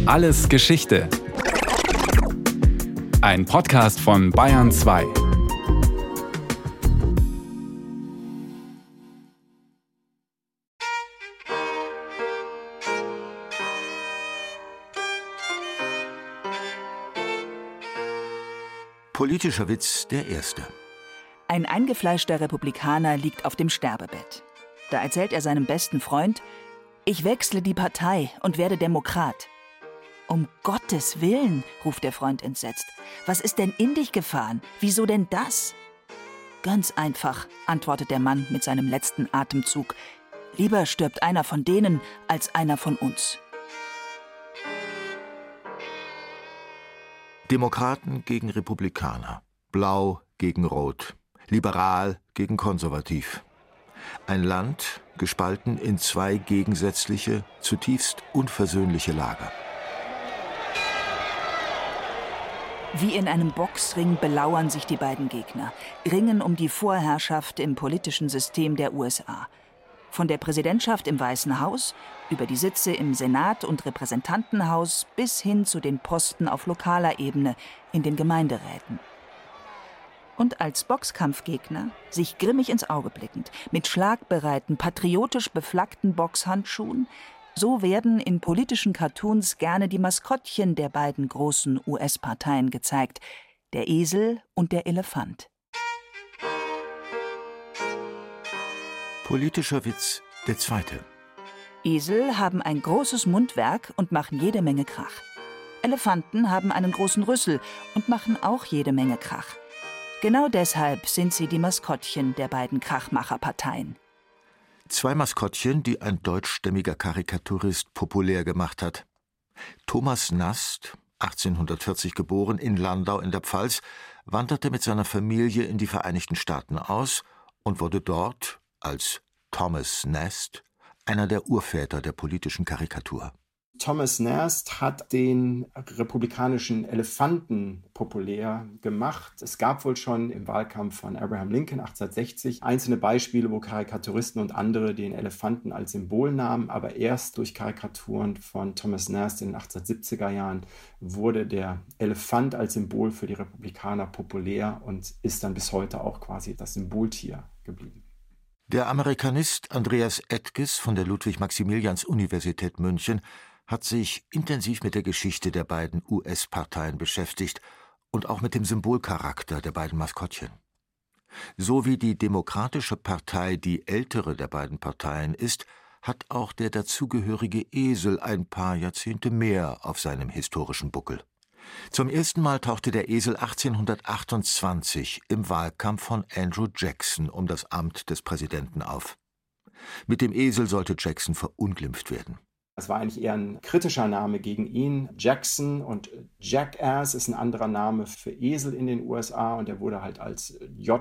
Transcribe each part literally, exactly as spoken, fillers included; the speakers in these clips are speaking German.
Alles Geschichte. Ein Podcast von Bayern zwei. Politischer Witz der erste. Ein eingefleischter Republikaner liegt auf dem Sterbebett. Da erzählt er seinem besten Freund: Ich wechsle die Partei und werde Demokrat. Um Gottes Willen, ruft der Freund entsetzt. Was ist denn in dich gefahren? Wieso denn das? Ganz einfach, antwortet der Mann mit seinem letzten Atemzug. Lieber stirbt einer von denen als einer von uns. Demokraten gegen Republikaner, Blau gegen Rot, Liberal gegen Konservativ. Ein Land gespalten in zwei gegensätzliche, zutiefst unversöhnliche Lager. Wie in einem Boxring belauern sich die beiden Gegner, ringen um die Vorherrschaft im politischen System der U S A. Von der Präsidentschaft im Weißen Haus, über die Sitze im Senat und Repräsentantenhaus bis hin zu den Posten auf lokaler Ebene in den Gemeinderäten. Und als Boxkampfgegner, sich grimmig ins Auge blickend, mit schlagbereiten, patriotisch beflaggten Boxhandschuhen, so werden in politischen Cartoons gerne die Maskottchen der beiden großen U S-Parteien gezeigt, der Esel und der Elefant. Politischer Witz der zweite. Esel haben ein großes Mundwerk und machen jede Menge Krach. Elefanten haben einen großen Rüssel und machen auch jede Menge Krach. Genau deshalb sind sie die Maskottchen der beiden Krachmacherparteien. Zwei Maskottchen, die ein deutschstämmiger Karikaturist populär gemacht hat. Thomas Nast, achtzehnhundertvierzig geboren, in Landau in der Pfalz, wanderte mit seiner Familie in die Vereinigten Staaten aus und wurde dort als Thomas Nast einer der Urväter der politischen Karikatur. Thomas Nast hat den republikanischen Elefanten populär gemacht. Es gab wohl schon im Wahlkampf von Abraham Lincoln achtzehnhundertsechzig einzelne Beispiele, wo Karikaturisten und andere den Elefanten als Symbol nahmen, aber erst durch Karikaturen von Thomas Nast in den achtzehnhundertsiebziger Jahren wurde der Elefant als Symbol für die Republikaner populär und ist dann bis heute auch quasi das Symboltier geblieben. Der Amerikanist Andreas Etkes von der Ludwig-Maximilians-Universität München hat sich intensiv mit der Geschichte der beiden U S-Parteien beschäftigt und auch mit dem Symbolcharakter der beiden Maskottchen. So wie die Demokratische Partei die ältere der beiden Parteien ist, hat auch der dazugehörige Esel ein paar Jahrzehnte mehr auf seinem historischen Buckel. Zum ersten Mal tauchte der Esel achtzehnhundertachtundzwanzig im Wahlkampf von Andrew Jackson um das Amt des Präsidenten auf. Mit dem Esel sollte Jackson verunglimpft werden. Das war eigentlich eher ein kritischer Name gegen ihn. Jackson und Jackass ist ein anderer Name für Esel in den U S A und er wurde halt als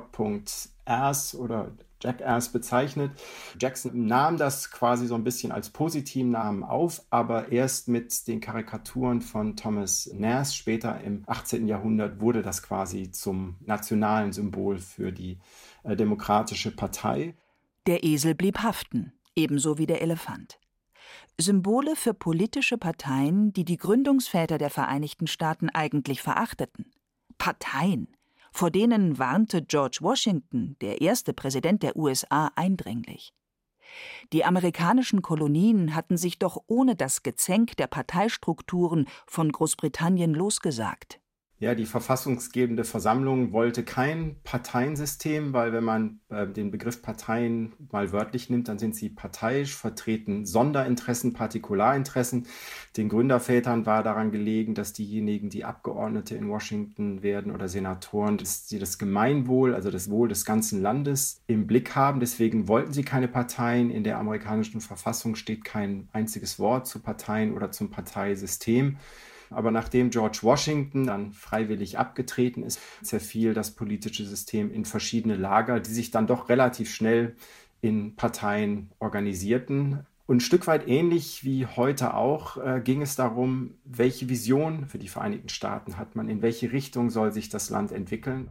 J.Ass oder Jackass bezeichnet. Jackson nahm das quasi so ein bisschen als positiven Namen auf, aber erst mit den Karikaturen von Thomas Nast später im achtzehnten Jahrhundert wurde das quasi zum nationalen Symbol für die äh, Demokratische Partei. Der Esel blieb haften, ebenso wie der Elefant. Symbole für politische Parteien, die die Gründungsväter der Vereinigten Staaten eigentlich verachteten. Parteien, vor denen warnte George Washington, der erste Präsident der U S A, eindringlich. Die amerikanischen Kolonien hatten sich doch ohne das Gezänk der Parteistrukturen von Großbritannien losgesagt. Ja, die verfassungsgebende Versammlung wollte kein Parteiensystem, weil wenn man äh, den Begriff Parteien mal wörtlich nimmt, dann sind sie parteiisch, vertreten Sonderinteressen, Partikularinteressen. Den Gründervätern war daran gelegen, dass diejenigen, die Abgeordnete in Washington werden oder Senatoren, dass sie das Gemeinwohl, also das Wohl des ganzen Landes im Blick haben. Deswegen wollten sie keine Parteien. In der amerikanischen Verfassung steht kein einziges Wort zu Parteien oder zum Parteisystem. Aber nachdem George Washington dann freiwillig abgetreten ist, zerfiel das politische System in verschiedene Lager, die sich dann doch relativ schnell in Parteien organisierten. Und ein Stück weit ähnlich wie heute auch äh, ging es darum, welche Vision für die Vereinigten Staaten hat man, in welche Richtung soll sich das Land entwickeln.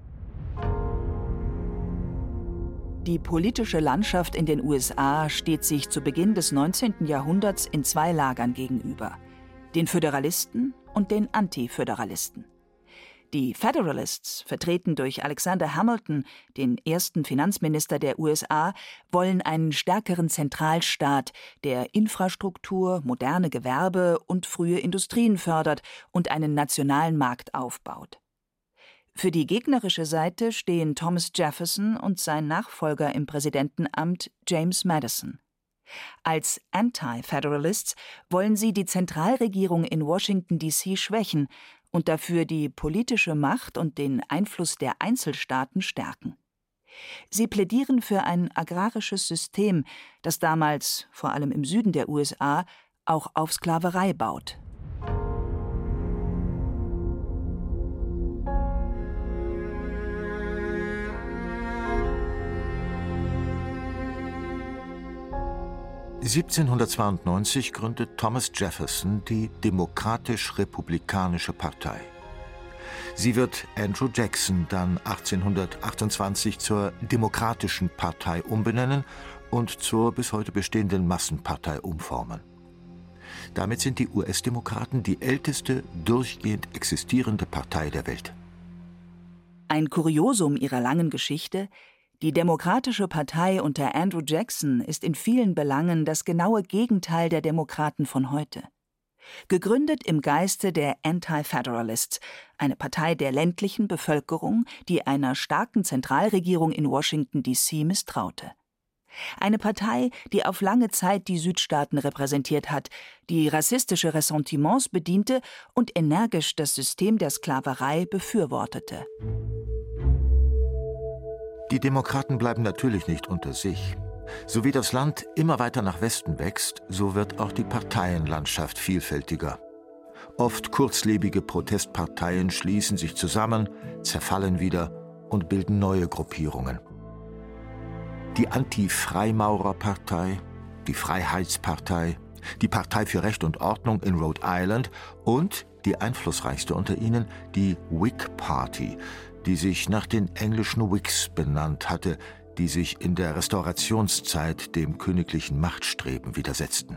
Die politische Landschaft in den U S A steht sich zu Beginn des neunzehnten Jahrhunderts in zwei Lagern gegenüber. den Föderalisten und den Anti-Föderalisten. Die Federalists, vertreten durch Alexander Hamilton, den ersten Finanzminister der U S A, wollen einen stärkeren Zentralstaat, der Infrastruktur, moderne Gewerbe und frühe Industrien fördert und einen nationalen Markt aufbaut. Für die gegnerische Seite stehen Thomas Jefferson und sein Nachfolger im Präsidentenamt James Madison. Als Anti-Federalists wollen sie die Zentralregierung in Washington D C schwächen und dafür die politische Macht und den Einfluss der Einzelstaaten stärken. Sie plädieren für ein agrarisches System, das damals, vor allem im Süden der U S A, auch auf Sklaverei baut. siebzehnhundertzweiundneunzig gründet Thomas Jefferson die Demokratisch-Republikanische Partei. Sie wird Andrew Jackson dann achtzehnhundertachtundzwanzig zur Demokratischen Partei umbenennen und zur bis heute bestehenden Massenpartei umformen. Damit sind die U S-Demokraten die älteste durchgehend existierende Partei der Welt. Ein Kuriosum ihrer langen Geschichte: Die Demokratische Partei unter Andrew Jackson ist in vielen Belangen das genaue Gegenteil der Demokraten von heute. Gegründet im Geiste der Anti-Federalists, eine Partei der ländlichen Bevölkerung, die einer starken Zentralregierung in Washington D C misstraute. Eine Partei, die auf lange Zeit die Südstaaten repräsentiert hat, die rassistische Ressentiments bediente und energisch das System der Sklaverei befürwortete. Die Demokraten bleiben natürlich nicht unter sich. So wie das Land immer weiter nach Westen wächst, so wird auch die Parteienlandschaft vielfältiger. Oft kurzlebige Protestparteien schließen sich zusammen, zerfallen wieder und bilden neue Gruppierungen. Die Anti-Freimaurerpartei, die Freiheitspartei, die Partei für Recht und Ordnung in Rhode Island und die einflussreichste unter ihnen, die Whig Party, die sich nach den englischen Whigs benannt hatte, die sich in der Restaurationszeit dem königlichen Machtstreben widersetzten.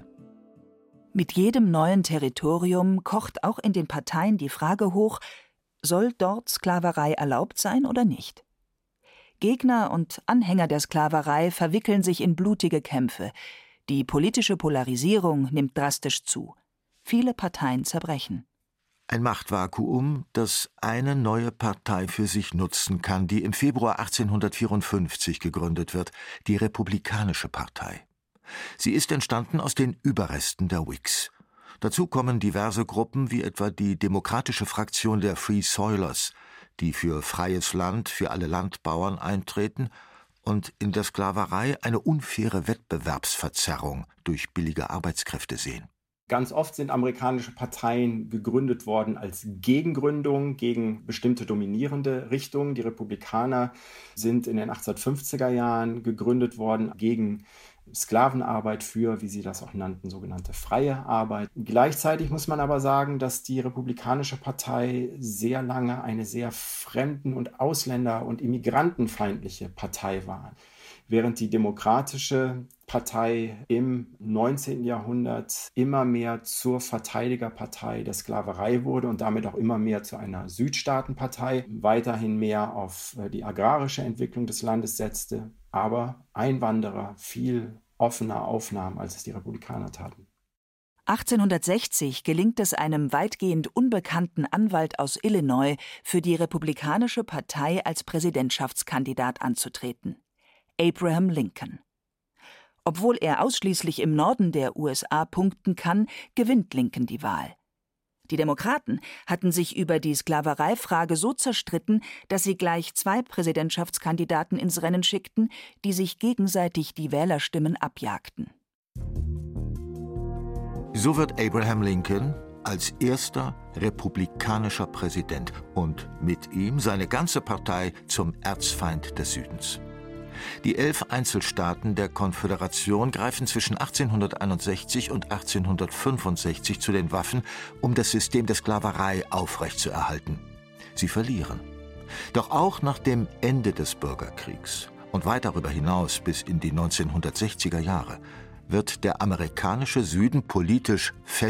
Mit jedem neuen Territorium kocht auch in den Parteien die Frage hoch: Soll dort Sklaverei erlaubt sein oder nicht? Gegner und Anhänger der Sklaverei verwickeln sich in blutige Kämpfe. Die politische Polarisierung nimmt drastisch zu. Viele Parteien zerbrechen. Ein Machtvakuum, das eine neue Partei für sich nutzen kann, die im Februar achtzehnhundertvierundfünfzig gegründet wird, die Republikanische Partei. Sie ist entstanden aus den Überresten der Whigs. Dazu kommen diverse Gruppen wie etwa die demokratische Fraktion der Free Soilers, die für freies Land für alle Landbauern eintreten und in der Sklaverei eine unfaire Wettbewerbsverzerrung durch billige Arbeitskräfte sehen. Ganz oft sind amerikanische Parteien gegründet worden als Gegengründung gegen bestimmte dominierende Richtungen. Die Republikaner sind in den achtzehnhundertfünfziger Jahren gegründet worden gegen Sklavenarbeit, für, wie sie das auch nannten, sogenannte freie Arbeit. Gleichzeitig muss man aber sagen, dass die Republikanische Partei sehr lange eine sehr fremden- und ausländer- und immigrantenfeindliche Partei war. Während die Demokratische Partei im neunzehnten Jahrhundert immer mehr zur Verteidigerpartei der Sklaverei wurde und damit auch immer mehr zu einer Südstaatenpartei, weiterhin mehr auf die agrarische Entwicklung des Landes setzte, aber Einwanderer viel offener aufnahm, als es die Republikaner taten. achtzehnhundertsechzig gelingt es einem weitgehend unbekannten Anwalt aus Illinois, für die Republikanische Partei als Präsidentschaftskandidat anzutreten: Abraham Lincoln. Obwohl er ausschließlich im Norden der U S A punkten kann, gewinnt Lincoln die Wahl. Die Demokraten hatten sich über die Sklavereifrage so zerstritten, dass sie gleich zwei Präsidentschaftskandidaten ins Rennen schickten, die sich gegenseitig die Wählerstimmen abjagten. So wird Abraham Lincoln als erster republikanischer Präsident und mit ihm seine ganze Partei zum Erzfeind des Südens. Die elf Einzelstaaten der Konföderation greifen zwischen achtzehnhunderteinundsechzig und achtzehnhundertfünfundsechzig zu den Waffen, um das System der Sklaverei aufrechtzuerhalten. Sie verlieren. Doch auch nach dem Ende des Bürgerkriegs und weit darüber hinaus bis in die neunzehnhundertsechziger Jahre wird der amerikanische Süden politisch fest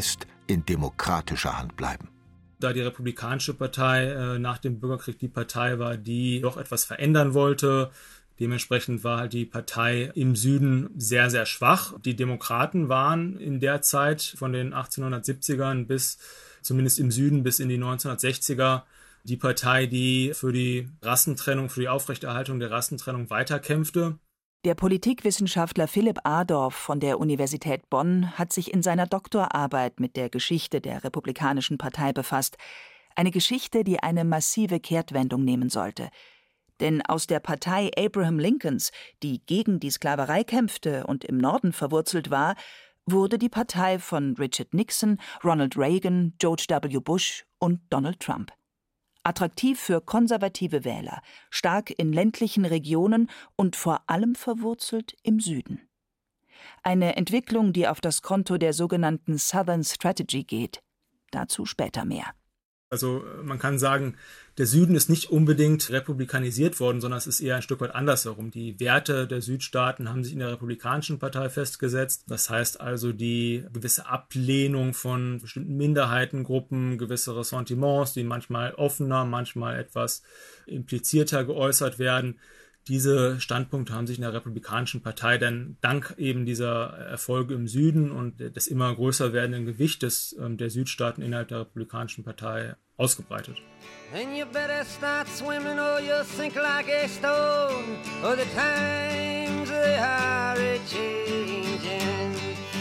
in demokratischer Hand bleiben. Da die Republikanische Partei äh, nach dem Bürgerkrieg die Partei war, die doch etwas verändern wollte. Dementsprechend war halt die Partei im Süden sehr, sehr schwach. Die Demokraten waren in der Zeit von den achtzehnhundertsiebzigern bis, zumindest im Süden, bis in die neunzehnhundertsechziger, die Partei, die für die Rassentrennung, für die Aufrechterhaltung der Rassentrennung weiterkämpfte. Der Politikwissenschaftler Philipp Adorf von der Universität Bonn hat sich in seiner Doktorarbeit mit der Geschichte der Republikanischen Partei befasst. Eine Geschichte, die eine massive Kehrtwendung nehmen sollte. Denn aus der Partei Abraham Lincolns, die gegen die Sklaverei kämpfte und im Norden verwurzelt war, wurde die Partei von Richard Nixon, Ronald Reagan, George W. Bush und Donald Trump. Attraktiv für konservative Wähler, stark in ländlichen Regionen und vor allem verwurzelt im Süden. Eine Entwicklung, die auf das Konto der sogenannten Southern Strategy geht. Dazu später mehr. Also man kann sagen, der Süden ist nicht unbedingt republikanisiert worden, sondern es ist eher ein Stück weit andersherum. Die Werte der Südstaaten haben sich in der Republikanischen Partei festgesetzt. Das heißt also die gewisse Ablehnung von bestimmten Minderheitengruppen, gewisse Ressentiments, die manchmal offener, manchmal etwas implizierter geäußert werden. Diese Standpunkte haben sich in der Republikanischen Partei dann dank eben dieser Erfolge im Süden und des immer größer werdenden Gewichtes der Südstaaten innerhalb der Republikanischen Partei ausgebreitet. And you better start swimming or you'll sink like a stone, or the times they are a-changing.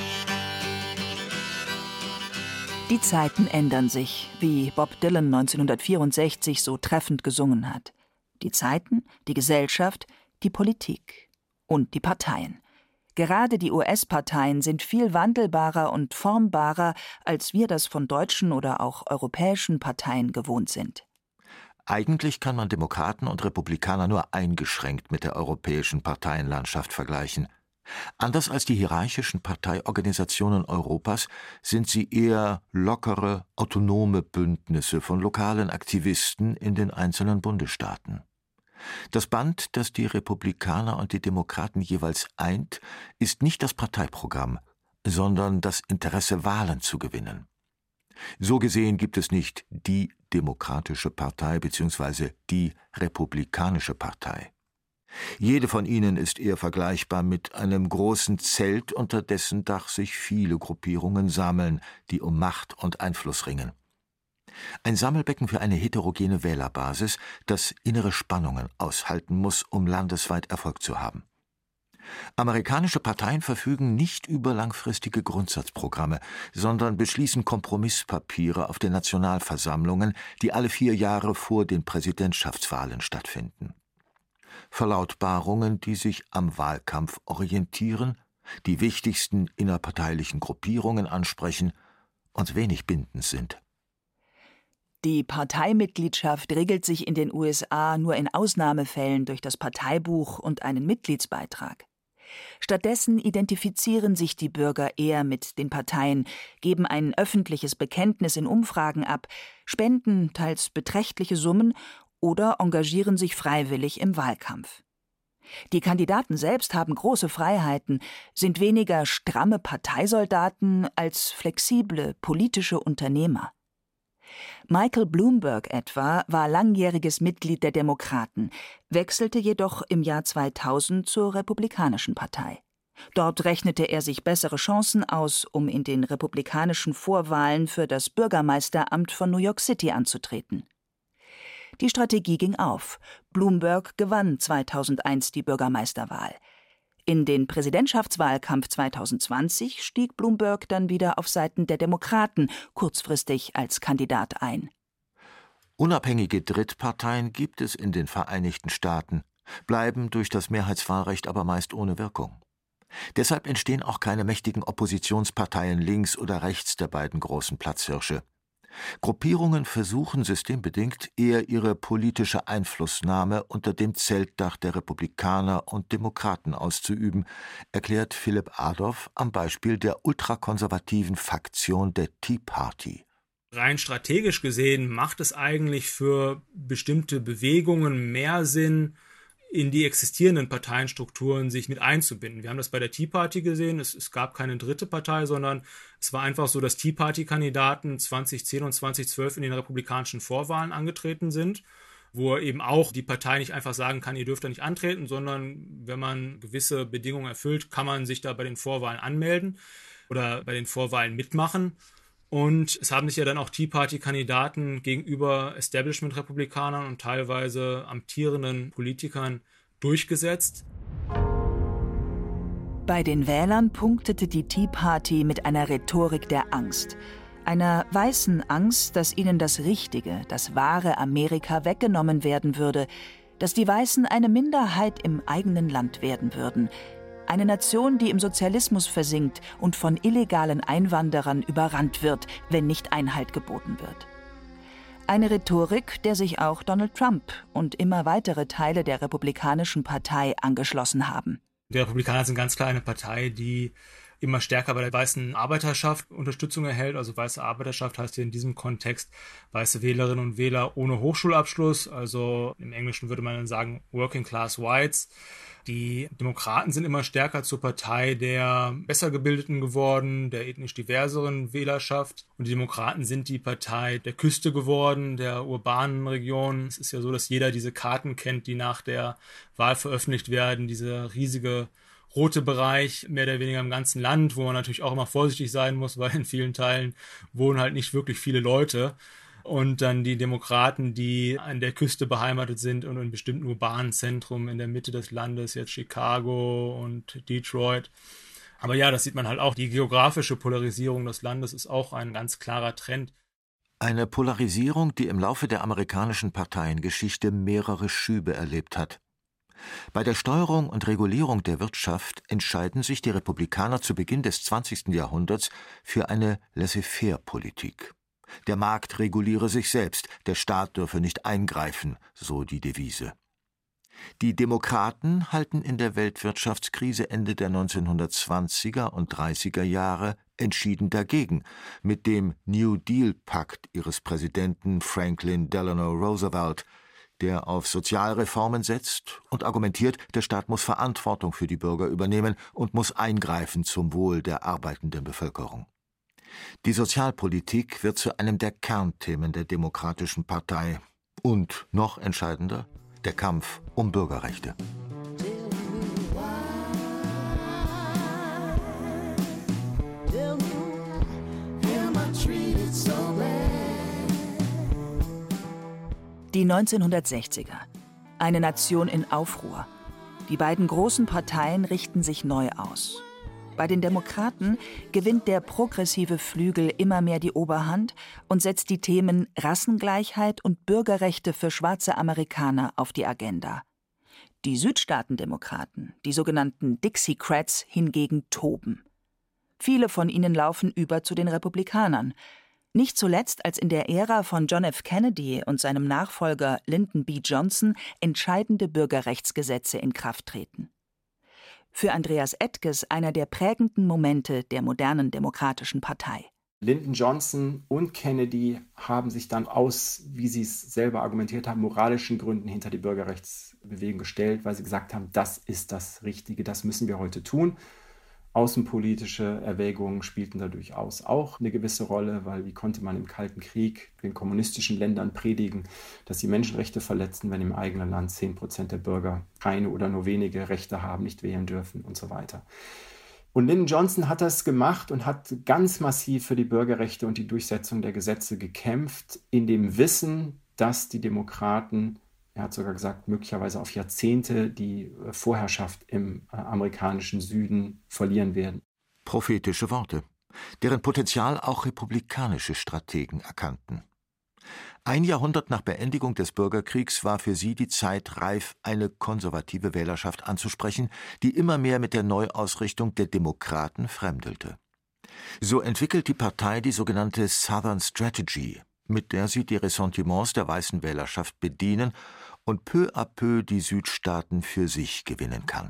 Die Zeiten ändern sich, wie Bob Dylan neunzehnhundertvierundsechzig so treffend gesungen hat. Die Zeiten, die Gesellschaft, die Politik und die Parteien. Gerade die U S-Parteien sind viel wandelbarer und formbarer, als wir das von deutschen oder auch europäischen Parteien gewohnt sind. Eigentlich kann man Demokraten und Republikaner nur eingeschränkt mit der europäischen Parteienlandschaft vergleichen. Anders als die hierarchischen Parteiorganisationen Europas sind sie eher lockere, autonome Bündnisse von lokalen Aktivisten in den einzelnen Bundesstaaten. Das Band, das die Republikaner und die Demokraten jeweils eint, ist nicht das Parteiprogramm, sondern das Interesse, Wahlen zu gewinnen. So gesehen gibt es nicht die Demokratische Partei bzw. die Republikanische Partei. Jede von ihnen ist eher vergleichbar mit einem großen Zelt, unter dessen Dach sich viele Gruppierungen sammeln, die um Macht und Einfluss ringen. Ein Sammelbecken für eine heterogene Wählerbasis, das innere Spannungen aushalten muss, um landesweit Erfolg zu haben. Amerikanische Parteien verfügen nicht über langfristige Grundsatzprogramme, sondern beschließen Kompromisspapiere auf den Nationalversammlungen, die alle vier Jahre vor den Präsidentschaftswahlen stattfinden. Verlautbarungen, die sich am Wahlkampf orientieren, die wichtigsten innerparteilichen Gruppierungen ansprechen und wenig bindend sind. Die Parteimitgliedschaft regelt sich in den U S A nur in Ausnahmefällen durch das Parteibuch und einen Mitgliedsbeitrag. Stattdessen identifizieren sich die Bürger eher mit den Parteien, geben ein öffentliches Bekenntnis in Umfragen ab, spenden teils beträchtliche Summen oder engagieren sich freiwillig im Wahlkampf. Die Kandidaten selbst haben große Freiheiten, sind weniger stramme Parteisoldaten als flexible politische Unternehmer. Michael Bloomberg etwa war langjähriges Mitglied der Demokraten, wechselte jedoch im Jahr zweitausend zur Republikanischen Partei. Dort rechnete er sich bessere Chancen aus, um in den republikanischen Vorwahlen für das Bürgermeisteramt von New York City anzutreten. Die Strategie ging auf. Bloomberg gewann zweitausendeins die Bürgermeisterwahl. In den Präsidentschaftswahlkampf zweitausendzwanzig stieg Bloomberg dann wieder auf Seiten der Demokraten kurzfristig als Kandidat ein. Unabhängige Drittparteien gibt es in den Vereinigten Staaten, bleiben durch das Mehrheitswahlrecht aber meist ohne Wirkung. Deshalb entstehen auch keine mächtigen Oppositionsparteien links oder rechts der beiden großen Platzhirsche. Gruppierungen versuchen systembedingt eher ihre politische Einflussnahme unter dem Zeltdach der Republikaner und Demokraten auszuüben, erklärt Philipp Adorf am Beispiel der ultrakonservativen Faktion der Tea Party. Rein strategisch gesehen macht es eigentlich für bestimmte Bewegungen mehr Sinn, in die existierenden Parteienstrukturen sich mit einzubinden. Wir haben das bei der Tea Party gesehen. Es, es gab keine dritte Partei, sondern es war einfach so, dass Tea Party-Kandidaten zwanzig zehn und zwanzig zwölf in den republikanischen Vorwahlen angetreten sind, wo eben auch die Partei nicht einfach sagen kann, ihr dürft da nicht antreten, sondern wenn man gewisse Bedingungen erfüllt, kann man sich da bei den Vorwahlen anmelden oder bei den Vorwahlen mitmachen. Und es haben sich ja dann auch Tea Party-Kandidaten gegenüber Establishment-Republikanern und teilweise amtierenden Politikern durchgesetzt. Bei den Wählern punktete die Tea Party mit einer Rhetorik der Angst. Einer weißen Angst, dass ihnen das richtige, das wahre Amerika weggenommen werden würde, dass die Weißen eine Minderheit im eigenen Land werden würden. Eine Nation, die im Sozialismus versinkt und von illegalen Einwanderern überrannt wird, wenn nicht Einhalt geboten wird. Eine Rhetorik, der sich auch Donald Trump und immer weitere Teile der Republikanischen Partei angeschlossen haben. Die Republikaner sind ganz klar eine Partei, die immer stärker bei der weißen Arbeiterschaft Unterstützung erhält. Also weiße Arbeiterschaft heißt hier in diesem Kontext weiße Wählerinnen und Wähler ohne Hochschulabschluss. Also im Englischen würde man dann sagen Working Class Whites. Die Demokraten sind immer stärker zur Partei der besser gebildeten geworden, der ethnisch diverseren Wählerschaft. Und die Demokraten sind die Partei der Küste geworden, der urbanen Regionen. Es ist ja so, dass jeder diese Karten kennt, die nach der Wahl veröffentlicht werden. Dieser riesige rote Bereich, mehr oder weniger im ganzen Land, wo man natürlich auch immer vorsichtig sein muss, weil in vielen Teilen wohnen halt nicht wirklich viele Leute. Und dann die Demokraten, die an der Küste beheimatet sind und in bestimmten urbanen Zentren in der Mitte des Landes, jetzt Chicago und Detroit. Aber ja, das sieht man halt auch. Die geografische Polarisierung des Landes ist auch ein ganz klarer Trend. Eine Polarisierung, die im Laufe der amerikanischen Parteiengeschichte mehrere Schübe erlebt hat. Bei der Steuerung und Regulierung der Wirtschaft entscheiden sich die Republikaner zu Beginn des zwanzigsten Jahrhunderts für eine Laissez-faire-Politik. Der Markt reguliere sich selbst, der Staat dürfe nicht eingreifen, so die Devise. Die Demokraten halten in der Weltwirtschaftskrise Ende der neunzehnhundertzwanziger und dreißiger Jahre entschieden dagegen, mit dem New Deal-Pakt ihres Präsidenten Franklin Delano Roosevelt, der auf Sozialreformen setzt und argumentiert, der Staat muss Verantwortung für die Bürger übernehmen und muss eingreifen zum Wohl der arbeitenden Bevölkerung. Die Sozialpolitik wird zu einem der Kernthemen der Demokratischen Partei und, noch entscheidender, der Kampf um Bürgerrechte. Die neunzehnhundertsechziger. Eine Nation in Aufruhr. Die beiden großen Parteien richten sich neu aus. Bei den Demokraten gewinnt der progressive Flügel immer mehr die Oberhand und setzt die Themen Rassengleichheit und Bürgerrechte für schwarze Amerikaner auf die Agenda. Die Südstaatendemokraten, die sogenannten Dixiecrats, hingegen toben. Viele von ihnen laufen über zu den Republikanern. Nicht zuletzt, als in der Ära von John F. Kennedy und seinem Nachfolger Lyndon B. Johnson entscheidende Bürgerrechtsgesetze in Kraft treten. Für Andreas Etkes einer der prägenden Momente der modernen Demokratischen Partei. Lyndon Johnson und Kennedy haben sich dann aus, wie sie es selber argumentiert haben, moralischen Gründen hinter die Bürgerrechtsbewegung gestellt, weil sie gesagt haben, das ist das Richtige, das müssen wir heute tun. Außenpolitische Erwägungen spielten da durchaus auch eine gewisse Rolle, weil wie konnte man im Kalten Krieg den kommunistischen Ländern predigen, dass sie Menschenrechte verletzen, wenn im eigenen Land zehn Prozent der Bürger keine oder nur wenige Rechte haben, nicht wählen dürfen und so weiter. Und Lyndon Johnson hat das gemacht und hat ganz massiv für die Bürgerrechte und die Durchsetzung der Gesetze gekämpft, in dem Wissen, dass die Demokraten, er hat sogar gesagt, möglicherweise auf Jahrzehnte die Vorherrschaft im äh, amerikanischen Süden verlieren werden. Prophetische Worte, deren Potenzial auch republikanische Strategen erkannten. Ein Jahrhundert nach Beendigung des Bürgerkriegs war für sie die Zeit reif, eine konservative Wählerschaft anzusprechen, die immer mehr mit der Neuausrichtung der Demokraten fremdelte. So entwickelt die Partei die sogenannte Southern Strategy, mit der sie die Ressentiments der weißen Wählerschaft bedienen und peu à peu die Südstaaten für sich gewinnen kann.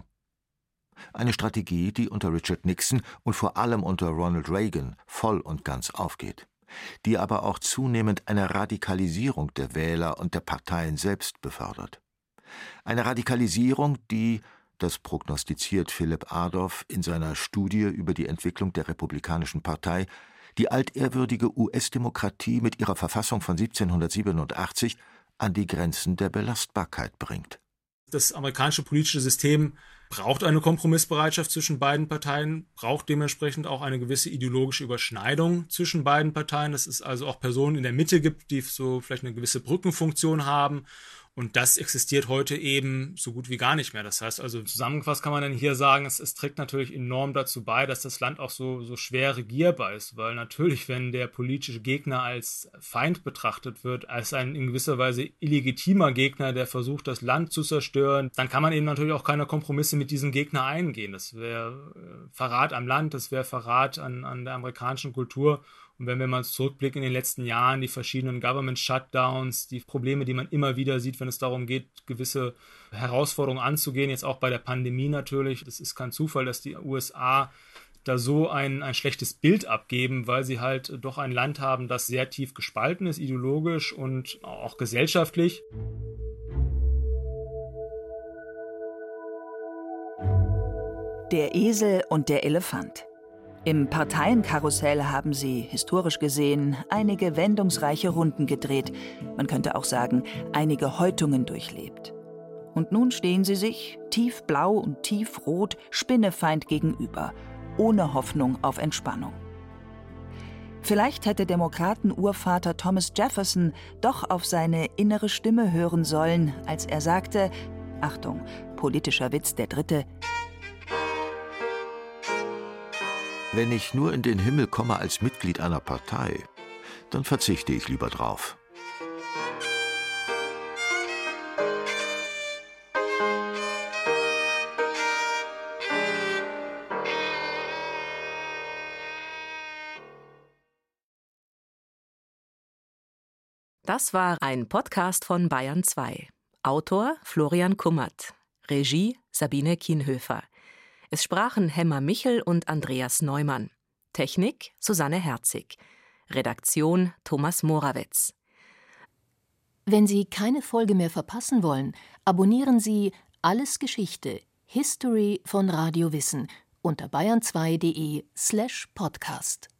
Eine Strategie, die unter Richard Nixon und vor allem unter Ronald Reagan voll und ganz aufgeht, die aber auch zunehmend eine Radikalisierung der Wähler und der Parteien selbst befördert. Eine Radikalisierung, die, das prognostiziert Philipp Adorf in seiner Studie über die Entwicklung der Republikanischen Partei, die altehrwürdige U S-Demokratie mit ihrer Verfassung von siebzehnhundertsiebenundachtzig an die Grenzen der Belastbarkeit bringt. Das amerikanische politische System braucht eine Kompromissbereitschaft zwischen beiden Parteien, braucht dementsprechend auch eine gewisse ideologische Überschneidung zwischen beiden Parteien, dass es also auch Personen in der Mitte gibt, die so vielleicht eine gewisse Brückenfunktion haben. Und das existiert heute eben so gut wie gar nicht mehr. Das heißt also, zusammengefasst kann man dann hier sagen, es, es trägt natürlich enorm dazu bei, dass das Land auch so, so schwer regierbar ist. Weil natürlich, wenn der politische Gegner als Feind betrachtet wird, als ein in gewisser Weise illegitimer Gegner, der versucht, das Land zu zerstören, dann kann man eben natürlich auch keine Kompromisse mit diesem Gegner eingehen. Das wäre Verrat am Land, das wäre Verrat an, an der amerikanischen Kultur. Und wenn wir mal zurückblicken in den letzten Jahren, die verschiedenen Government-Shutdowns, die Probleme, die man immer wieder sieht, wenn es darum geht, gewisse Herausforderungen anzugehen, jetzt auch bei der Pandemie natürlich. Das ist kein Zufall, dass die U S A da so ein, ein schlechtes Bild abgeben, weil sie halt doch ein Land haben, das sehr tief gespalten ist, ideologisch und auch gesellschaftlich. Der Esel und der Elefant. Im Parteienkarussell haben sie, historisch gesehen, einige wendungsreiche Runden gedreht. Man könnte auch sagen, einige Häutungen durchlebt. Und nun stehen sie sich, tiefblau und tiefrot, spinnefeind gegenüber, ohne Hoffnung auf Entspannung. Vielleicht hätte Demokraten-Urvater Thomas Jefferson doch auf seine innere Stimme hören sollen, als er sagte, Achtung, politischer Witz der dritte, Wenn ich nur in den Himmel komme als Mitglied einer Partei, dann verzichte ich lieber drauf. Das war ein Podcast von Bayern zwei. Autor Florian Kummert. Regie Sabine Kienhöfer. Es sprachen Hemmer Michel und Andreas Neumann. Technik Susanne Herzig. Redaktion Thomas Morawetz. Wenn Sie keine Folge mehr verpassen wollen, abonnieren Sie Alles Geschichte, History von Radio Wissen unter bayern zwei punkt de slash podcast.